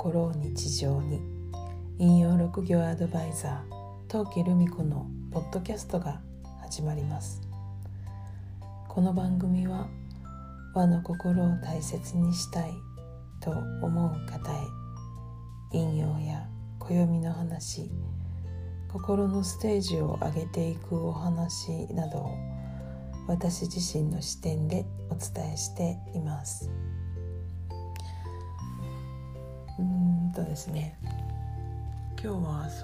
心を日常に、引用6行アドバイザー陶器留美子のポッドキャストが始まります。この番組は和の心を大切にしたいと思う方へ、引用や暦の話、心のステージを上げていくお話などを私自身の視点でお伝えしています。ですね、今日は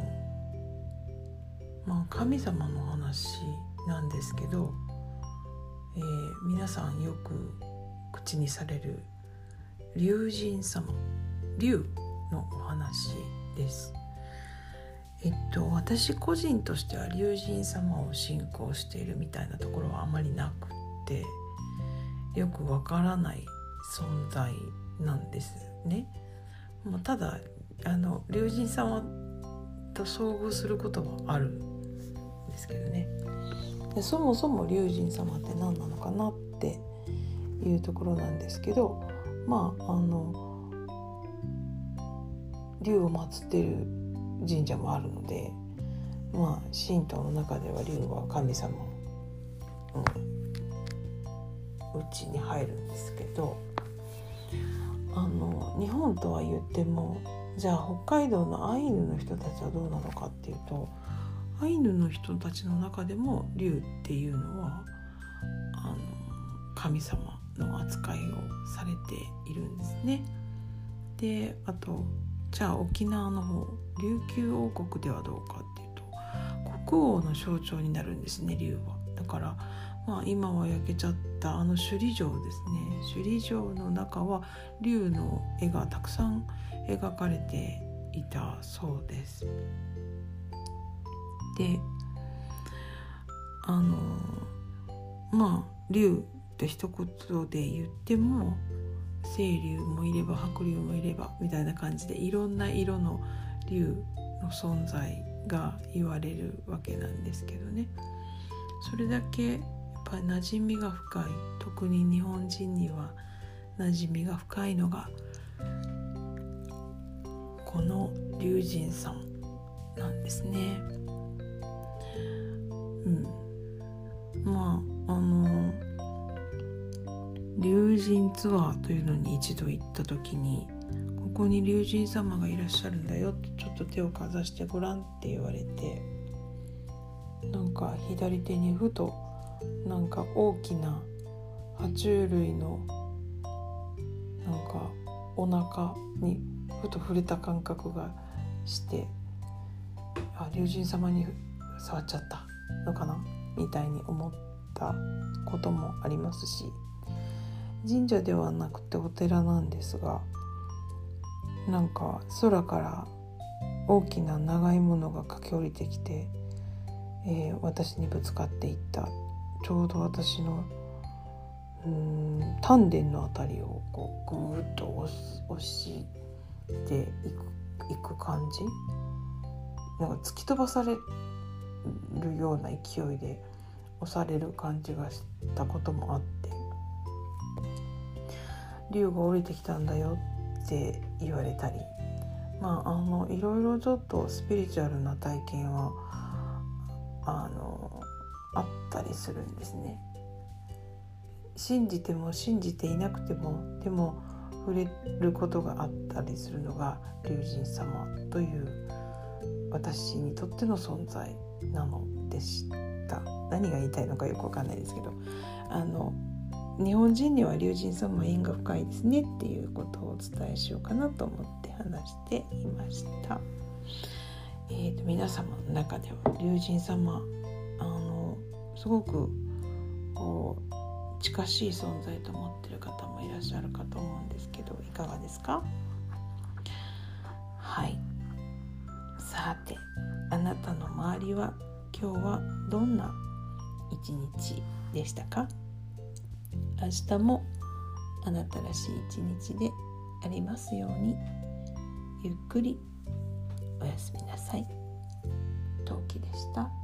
神様の話なんですけど、皆さんよく口にされる龍神様、龍のお話です。私個人としては龍神様を信仰しているみたいなところはあまりなくって、よくわからない存在なんですね。ただ龍神様と遭遇することはあるんですけどね。でそもそも龍神様って何なのかなっていうところなんですけど、龍を祀っている神社もあるので、神道の中では龍は神様のうちに入るんですけど、日本とは言っても、じゃあ北海道のアイヌの人たちはどうなのかっていうと、アイヌの人たちの中でも龍っていうのは神様の扱いをされているんですね。で、あとじゃあ沖縄の方、琉球王国ではどうかっていうと、国王の象徴になるんですね、龍は。だから今は焼けちゃった首里城ですね。首里城の中は龍の絵がたくさん描かれていたそうです。で、龍って一言で言っても、青龍もいれば白龍もいればみたいな感じで、いろんな色の龍の存在が言われるわけなんですけどね。それだけやっぱり馴染みが深い、特に日本人には馴染みが深いのがこの龍神さんなんですね。龍神ツアーというのに一度行った時に、ここに龍神様がいらっしゃるんだよ、ちょっと手をかざしてごらんって言われて、左手にふと大きな爬虫類のお腹にふと触れた感覚がして、龍神様に触っちゃったのかなみたいに思ったこともありますし、神社ではなくてお寺なんですが、空から大きな長いものが駆け下りてきて、私にぶつかっていった。ちょうど私の丹田のあたりをぐーっと押していく感じ、突き飛ばされるような勢いで押される感じがしたこともあって、龍が降りてきたんだよって言われたり、いろいろちょっとスピリチュアルな体験はあったりするんですね。信じても信じていなくても、でも触れることがあったりするのが龍神様という私にとっての存在なのでした。何が言いたいのかよくわかんないですけど、日本人には龍神様縁が深いですねっていうことをお伝えしようかなと思って話していました。皆様の中では龍神様すごく近しい存在と思っている方もいらっしゃるかと思うんですけど、いかがですか？はい。さて、あなたの周りは今日はどんな一日でしたか？明日もあなたらしい一日でありますように。ゆっくりおやすみなさい。陶器でした。